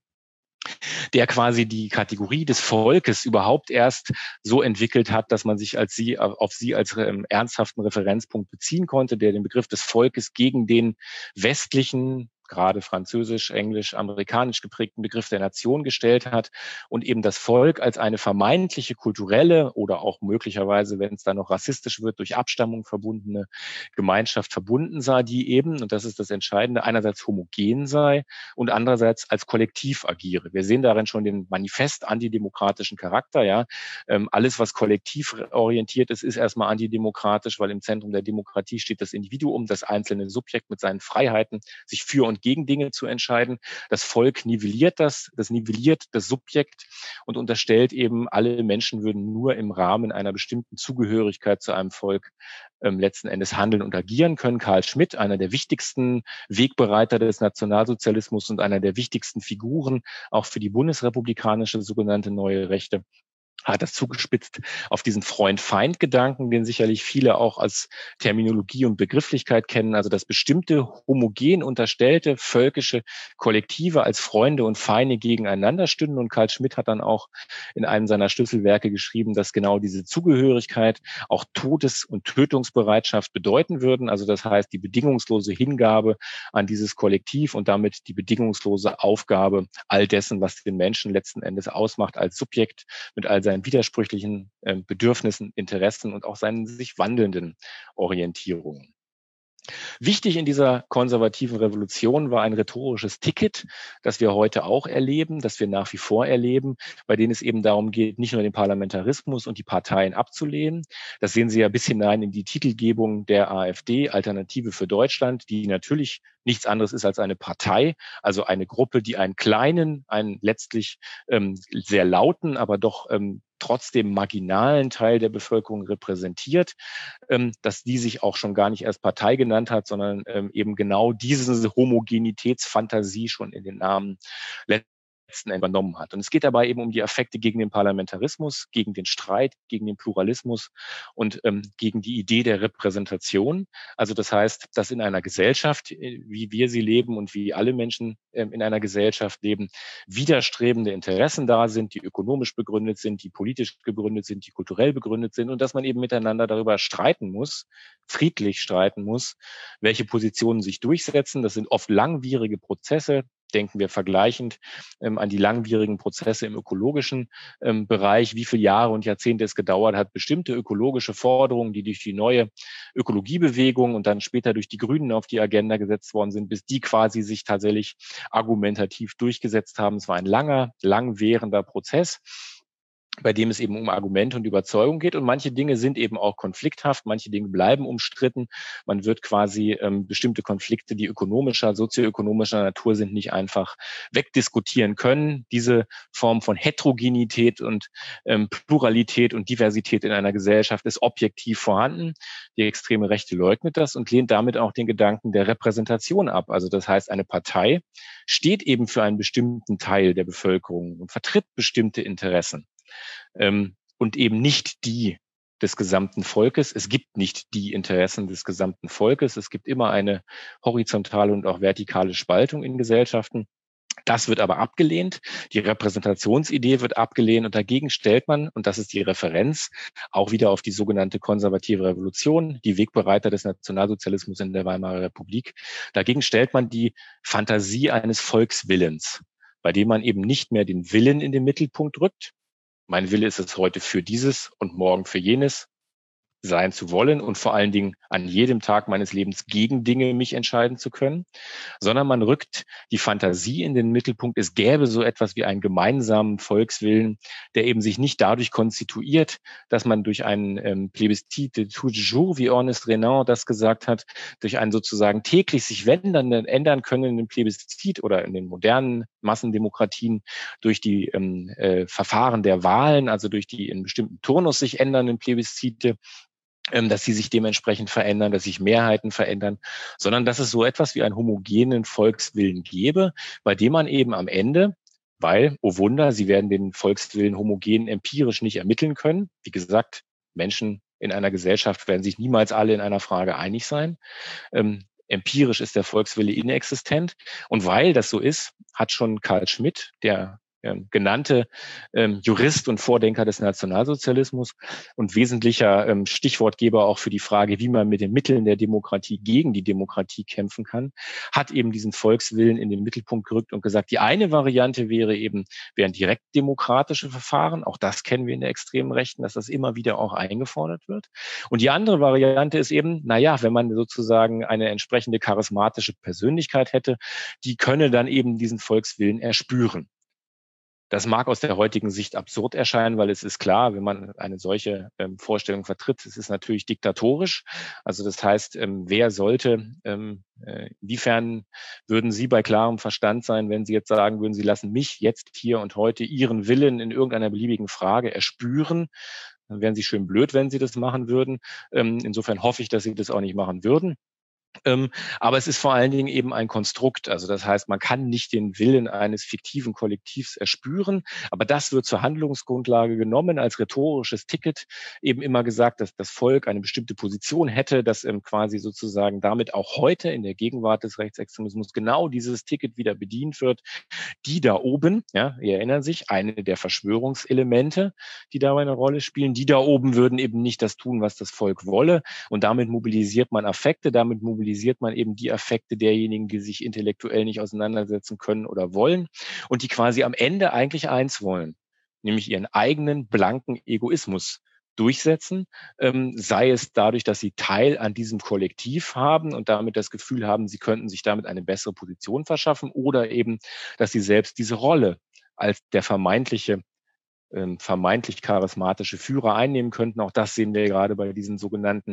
der quasi die Kategorie des Volkes überhaupt erst so entwickelt hat, dass man sich als sie auf sie als ähm, ernsthaften Referenzpunkt beziehen konnte, der den Begriff des Volkes gegen den westlichen, gerade französisch, englisch, amerikanisch geprägten Begriff der Nation gestellt hat und eben das Volk als eine vermeintliche kulturelle oder auch möglicherweise, wenn es dann noch rassistisch wird, durch Abstammung verbundene Gemeinschaft verbunden sah, die eben, und das ist das Entscheidende, einerseits homogen sei und andererseits als Kollektiv agiere. Wir sehen darin schon den manifest antidemokratischen Charakter. Ja, ähm, alles, was kollektiv orientiert ist, ist erstmal antidemokratisch, weil im Zentrum der Demokratie steht das Individuum, das einzelne Subjekt mit seinen Freiheiten, sich für und gegen Dinge zu entscheiden. Das Volk nivelliert das, das nivelliert das Subjekt und unterstellt eben, alle Menschen würden nur im Rahmen einer bestimmten Zugehörigkeit zu einem Volk ähm, letzten Endes handeln und agieren können. Carl Schmitt, einer der wichtigsten Wegbereiter des Nationalsozialismus und einer der wichtigsten Figuren auch für die bundesrepublikanische sogenannte Neue Rechte, hat das zugespitzt auf diesen Freund-Feind-Gedanken, den sicherlich viele auch als Terminologie und Begrifflichkeit kennen, also dass bestimmte homogen unterstellte völkische Kollektive als Freunde und Feinde gegeneinander stünden. Und Carl Schmitt hat dann auch in einem seiner Schlüsselwerke geschrieben, dass genau diese Zugehörigkeit auch Todes- und Tötungsbereitschaft bedeuten würden. Also das heißt, die bedingungslose Hingabe an dieses Kollektiv und damit die bedingungslose Aufgabe all dessen, was den Menschen letzten Endes ausmacht als Subjekt mit all seinen widersprüchlichen äh, Bedürfnissen, Interessen und auch seinen sich wandelnden Orientierungen. Wichtig in dieser konservativen Revolution war ein rhetorisches Ticket, das wir heute auch erleben, das wir nach wie vor erleben, bei dem es eben darum geht, nicht nur den Parlamentarismus und die Parteien abzulehnen. Das sehen Sie ja bis hinein in die Titelgebung der AfD, Alternative für Deutschland, die natürlich nichts anderes ist als eine Partei, also eine Gruppe, die einen kleinen, einen letztlich ähm, sehr lauten, aber doch ähm, trotzdem marginalen Teil der Bevölkerung repräsentiert, ähm, dass die sich auch schon gar nicht erst Partei genannt hat, sondern ähm, eben genau diese Homogenitätsfantasie schon in den Namen letzten Endes übernommen hat. Und es geht dabei eben um die Affekte gegen den Parlamentarismus, gegen den Streit, gegen den Pluralismus und ähm, gegen die Idee der Repräsentation. Also das heißt, dass in einer Gesellschaft, wie wir sie leben und wie alle Menschen ähm, in einer Gesellschaft leben, widerstrebende Interessen da sind, die ökonomisch begründet sind, die politisch begründet sind, die kulturell begründet sind und dass man eben miteinander darüber streiten muss, friedlich streiten muss, welche Positionen sich durchsetzen. Das sind oft langwierige Prozesse. Denken wir vergleichend ähm, an die langwierigen Prozesse im ökologischen ähm, Bereich, wie viele Jahre und Jahrzehnte es gedauert hat, bestimmte ökologische Forderungen, die durch die neue Ökologiebewegung und dann später durch die Grünen auf die Agenda gesetzt worden sind, bis die quasi sich tatsächlich argumentativ durchgesetzt haben. Es war ein langer, langwährender Prozess, bei dem es eben um Argumente und Überzeugung geht. Und manche Dinge sind eben auch konflikthaft, manche Dinge bleiben umstritten. Man wird quasi ähm, bestimmte Konflikte, die ökonomischer, sozioökonomischer Natur sind, nicht einfach wegdiskutieren können. Diese Form von Heterogenität und ähm, Pluralität und Diversität in einer Gesellschaft ist objektiv vorhanden. Die extreme Rechte leugnet das und lehnt damit auch den Gedanken der Repräsentation ab. Also das heißt, eine Partei steht eben für einen bestimmten Teil der Bevölkerung und vertritt bestimmte Interessen. Ähm, und eben nicht die des gesamten Volkes. Es gibt nicht die Interessen des gesamten Volkes. Es gibt immer eine horizontale und auch vertikale Spaltung in Gesellschaften. Das wird aber abgelehnt. Die Repräsentationsidee wird abgelehnt und dagegen stellt man, und das ist die Referenz, auch wieder auf die sogenannte konservative Revolution, die Wegbereiter des Nationalsozialismus in der Weimarer Republik. Dagegen stellt man die Fantasie eines Volkswillens, bei dem man eben nicht mehr den Willen in den Mittelpunkt rückt. Mein Wille ist es heute für dieses und morgen für jenes sein zu wollen und vor allen Dingen an jedem Tag meines Lebens gegen Dinge mich entscheiden zu können, sondern man rückt die Fantasie in den Mittelpunkt. Es gäbe so etwas wie einen gemeinsamen Volkswillen, der eben sich nicht dadurch konstituiert, dass man durch einen ähm, Plébiscite de tous les jours, wie Ernest Renan das gesagt hat, durch einen sozusagen täglich sich wendenden, ändern können Plebiszit oder in den modernen Massendemokratien durch die ähm, äh, Verfahren der Wahlen, also durch die in bestimmten Turnus sich ändernden Plebiszite, dass sie sich dementsprechend verändern, dass sich Mehrheiten verändern, sondern dass es so etwas wie einen homogenen Volkswillen gäbe, bei dem man eben am Ende, weil, oh Wunder, sie werden den Volkswillen homogen empirisch nicht ermitteln können. Wie gesagt, Menschen in einer Gesellschaft werden sich niemals alle in einer Frage einig sein. Ähm, empirisch ist der Volkswille inexistent. Und weil das so ist, hat schon Carl Schmitt, der Ähm, genannte ähm, Jurist und Vordenker des Nationalsozialismus und wesentlicher ähm, Stichwortgeber auch für die Frage, wie man mit den Mitteln der Demokratie gegen die Demokratie kämpfen kann, hat eben diesen Volkswillen in den Mittelpunkt gerückt und gesagt, die eine Variante wäre eben, wären direkt demokratische Verfahren, auch das kennen wir in der extremen Rechten, dass das immer wieder auch eingefordert wird. Und die andere Variante ist eben, naja, wenn man sozusagen eine entsprechende charismatische Persönlichkeit hätte, die könne dann eben diesen Volkswillen erspüren. Das mag aus der heutigen Sicht absurd erscheinen, weil es ist klar, wenn man eine solche ähm, Vorstellung vertritt, es ist natürlich diktatorisch. Also das heißt, ähm, wer sollte, ähm, äh, inwiefern würden Sie bei klarem Verstand sein, wenn Sie jetzt sagen würden, Sie lassen mich jetzt hier und heute Ihren Willen in irgendeiner beliebigen Frage erspüren? Dann wären Sie schön blöd, wenn Sie das machen würden. Ähm, insofern hoffe ich, dass Sie das auch nicht machen würden. Ähm, aber es ist vor allen Dingen eben ein Konstrukt. Also das heißt, man kann nicht den Willen eines fiktiven Kollektivs erspüren, aber das wird zur Handlungsgrundlage genommen, als rhetorisches Ticket eben immer gesagt, dass das Volk eine bestimmte Position hätte, dass ähm, quasi sozusagen damit auch heute in der Gegenwart des Rechtsextremismus genau dieses Ticket wieder bedient wird. Die da oben, ja, ihr erinnert sich, eine der Verschwörungselemente, die dabei eine Rolle spielen, die da oben würden eben nicht das tun, was das Volk wolle und damit mobilisiert man Affekte, damit mobilisiert mobilisiert man eben die Affekte derjenigen, die sich intellektuell nicht auseinandersetzen können oder wollen und die quasi am Ende eigentlich eins wollen, nämlich ihren eigenen blanken Egoismus durchsetzen, ähm, sei es dadurch, dass sie Teil an diesem Kollektiv haben und damit das Gefühl haben, sie könnten sich damit eine bessere Position verschaffen oder eben, dass sie selbst diese Rolle als der vermeintliche vermeintlich charismatische Führer einnehmen könnten. Auch das sehen wir gerade bei diesen sogenannten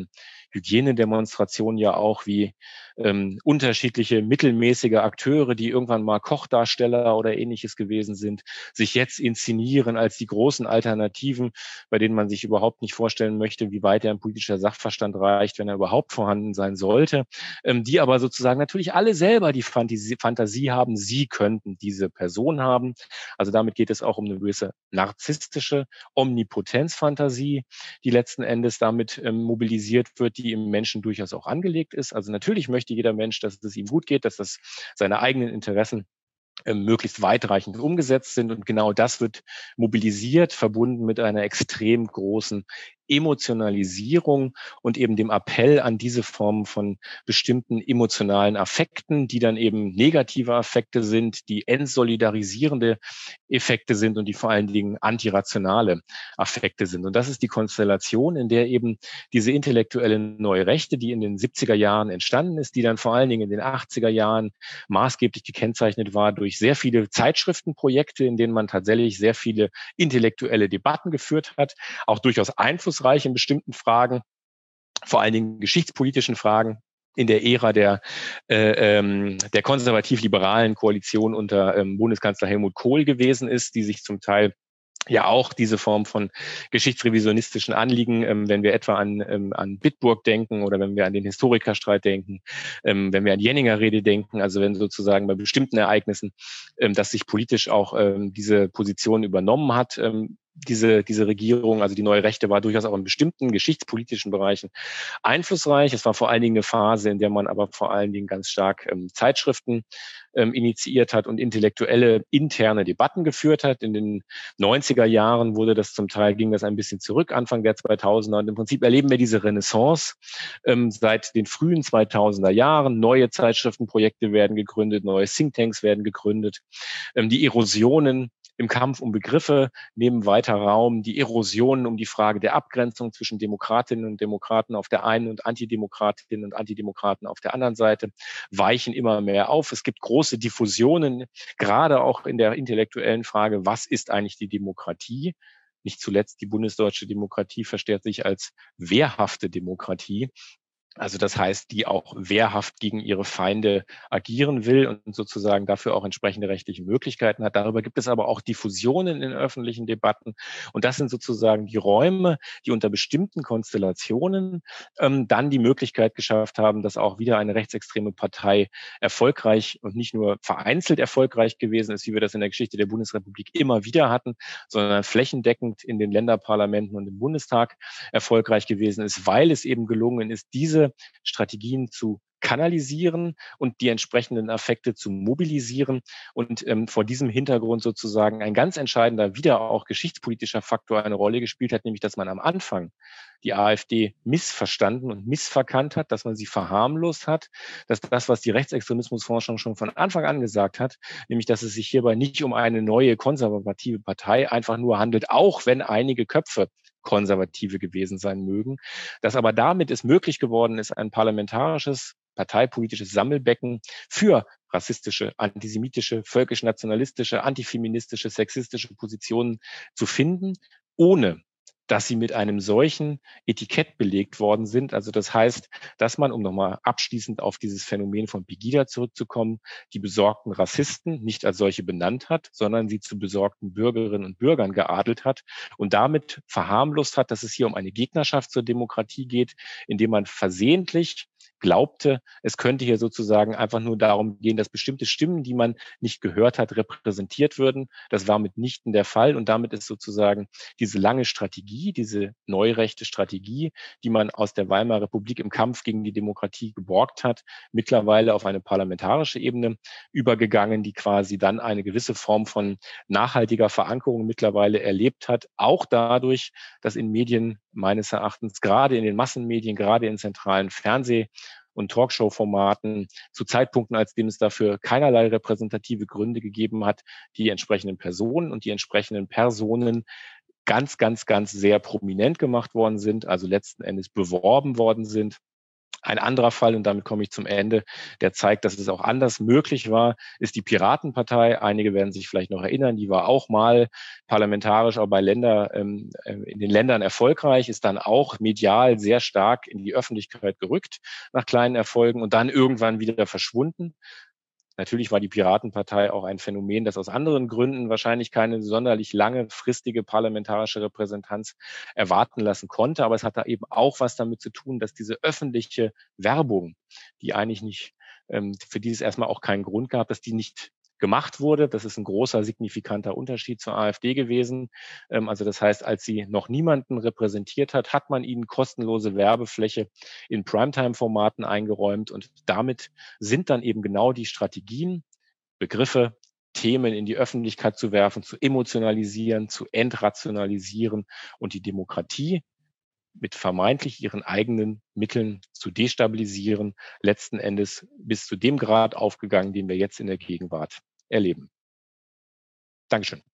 Hygienedemonstrationen ja auch, wie ähm, unterschiedliche mittelmäßige Akteure, die irgendwann mal Kochdarsteller oder Ähnliches gewesen sind, sich jetzt inszenieren als die großen Alternativen, bei denen man sich überhaupt nicht vorstellen möchte, wie weit ein politischer Sachverstand reicht, wenn er überhaupt vorhanden sein sollte, ähm, die aber sozusagen natürlich alle selber die Fantasie, Fantasie haben, sie könnten diese Person haben. Also damit geht es auch um eine gewisse narzisstische Omnipotenzfantasie, die letzten Endes damit ähm, mobilisiert wird, die im Menschen durchaus auch angelegt ist. Also natürlich möchte jeder Mensch, dass es ihm gut geht, dass das seine eigenen Interessen ähm, möglichst weitreichend umgesetzt sind. Und genau das wird mobilisiert, verbunden mit einer extrem großen Emotionalisierung und eben dem Appell an diese Form von bestimmten emotionalen Affekten, die dann eben negative Affekte sind, die entsolidarisierende Effekte sind und die vor allen Dingen antirationale Affekte sind. Und das ist die Konstellation, in der eben diese intellektuelle neue Rechte, die in den siebziger Jahren entstanden ist, die dann vor allen Dingen in den achtziger Jahren maßgeblich gekennzeichnet war durch sehr viele Zeitschriftenprojekte, in denen man tatsächlich sehr viele intellektuelle Debatten geführt hat, auch durchaus einflussreich in bestimmten Fragen, vor allen Dingen geschichtspolitischen Fragen, in der Ära der, äh, ähm, der konservativ-liberalen Koalition unter ähm, Bundeskanzler Helmut Kohl gewesen ist, die sich zum Teil ja auch diese Form von geschichtsrevisionistischen Anliegen, ähm, wenn wir etwa an, ähm, an Bitburg denken oder wenn wir an den Historikerstreit denken, ähm, wenn wir an Jenninger Rede denken, also wenn sozusagen bei bestimmten Ereignissen, ähm, dass sich politisch auch ähm, diese Position übernommen hat, ähm, diese, diese Regierung, also die neue Rechte war durchaus auch in bestimmten geschichtspolitischen Bereichen einflussreich. Es war vor allen Dingen eine Phase, in der man aber vor allen Dingen ganz stark ähm, Zeitschriften ähm, initiiert hat und intellektuelle interne Debatten geführt hat. In den neunziger Jahren wurde das zum Teil, ging das ein bisschen zurück, Anfang der zweitausender. Und im Prinzip erleben wir diese Renaissance ähm, seit den frühen zweitausender Jahren. Neue Zeitschriftenprojekte werden gegründet, neue Thinktanks werden gegründet. Ähm, die Erosionen im Kampf um Begriffe nehmen weiter Raum. Die Erosionen um die Frage der Abgrenzung zwischen Demokratinnen und Demokraten auf der einen und Antidemokratinnen und Antidemokraten auf der anderen Seite weichen immer mehr auf. Es gibt große Diffusionen, gerade auch in der intellektuellen Frage, was ist eigentlich die Demokratie? Nicht zuletzt die bundesdeutsche Demokratie versteht sich als wehrhafte Demokratie. Also das heißt, die auch wehrhaft gegen ihre Feinde agieren will und sozusagen dafür auch entsprechende rechtliche Möglichkeiten hat. Darüber gibt es aber auch Diffusionen in öffentlichen Debatten. Und das sind sozusagen die Räume, die unter bestimmten Konstellationen ähm, dann die Möglichkeit geschafft haben, dass auch wieder eine rechtsextreme Partei erfolgreich und nicht nur vereinzelt erfolgreich gewesen ist, wie wir das in der Geschichte der Bundesrepublik immer wieder hatten, sondern flächendeckend in den Länderparlamenten und im Bundestag erfolgreich gewesen ist, weil es eben gelungen ist, diese Strategien zu kanalisieren und die entsprechenden Affekte zu mobilisieren und ähm, vor diesem Hintergrund sozusagen ein ganz entscheidender, wieder auch geschichtspolitischer Faktor eine Rolle gespielt hat, nämlich dass man am Anfang die AfD missverstanden und missverkannt hat, dass man sie verharmlost hat, dass das, was die Rechtsextremismusforschung schon von Anfang an gesagt hat, nämlich dass es sich hierbei nicht um eine neue konservative Partei einfach nur handelt, auch wenn einige Köpfe Konservative gewesen sein mögen, dass aber damit es möglich geworden ist, ein parlamentarisches, parteipolitisches Sammelbecken für rassistische, antisemitische, völkisch-nationalistische, antifeministische, sexistische Positionen zu finden, ohne dass sie mit einem solchen Etikett belegt worden sind. Also das heißt, dass man, um nochmal abschließend auf dieses Phänomen von Pegida zurückzukommen, die besorgten Rassisten nicht als solche benannt hat, sondern sie zu besorgten Bürgerinnen und Bürgern geadelt hat und damit verharmlost hat, dass es hier um eine Gegnerschaft zur Demokratie geht, indem man versehentlich glaubte, es könnte hier sozusagen einfach nur darum gehen, dass bestimmte Stimmen, die man nicht gehört hat, repräsentiert würden. Das war mitnichten der Fall und damit ist sozusagen diese lange Strategie, diese neurechte Strategie, die man aus der Weimarer Republik im Kampf gegen die Demokratie geborgt hat, mittlerweile auf eine parlamentarische Ebene übergegangen, die quasi dann eine gewisse Form von nachhaltiger Verankerung mittlerweile erlebt hat, auch dadurch, dass in Medien meines Erachtens, gerade in den Massenmedien, gerade in zentralen Fernseh- und Talkshow-Formaten zu Zeitpunkten, als dem es dafür keinerlei repräsentative Gründe gegeben hat, die entsprechenden Personen und die entsprechenden Personen ganz, ganz, ganz sehr prominent gemacht worden sind, also letzten Endes beworben worden sind Ein anderer Fall, und damit komme ich zum Ende, der zeigt, dass es auch anders möglich war, ist die Piratenpartei. Einige werden sich vielleicht noch erinnern, die war auch mal parlamentarisch, auch bei Länder, ähm, in den Ländern erfolgreich, ist dann auch medial sehr stark in die Öffentlichkeit gerückt nach kleinen Erfolgen und dann irgendwann wieder verschwunden. Natürlich war die Piratenpartei auch ein Phänomen, das aus anderen Gründen wahrscheinlich keine sonderlich lange fristige parlamentarische Repräsentanz erwarten lassen konnte. Aber es hat da eben auch was damit zu tun, dass diese öffentliche Werbung, die eigentlich nicht, ähm, für die es erstmal auch keinen Grund gab, dass die nicht gemacht wurde. Das ist ein großer, signifikanter Unterschied zur AfD gewesen. Ähm, also das heißt, als sie noch niemanden repräsentiert hat, hat man ihnen kostenlose Werbefläche in Primetime-Formaten eingeräumt und damit sind dann eben genau die Strategien, Begriffe, Themen in die Öffentlichkeit zu werfen, zu emotionalisieren, zu entrationalisieren und die Demokratie mit vermeintlich ihren eigenen Mitteln zu destabilisieren, letzten Endes bis zu dem Grad aufgegangen, den wir jetzt in der Gegenwart erleben. Dankeschön.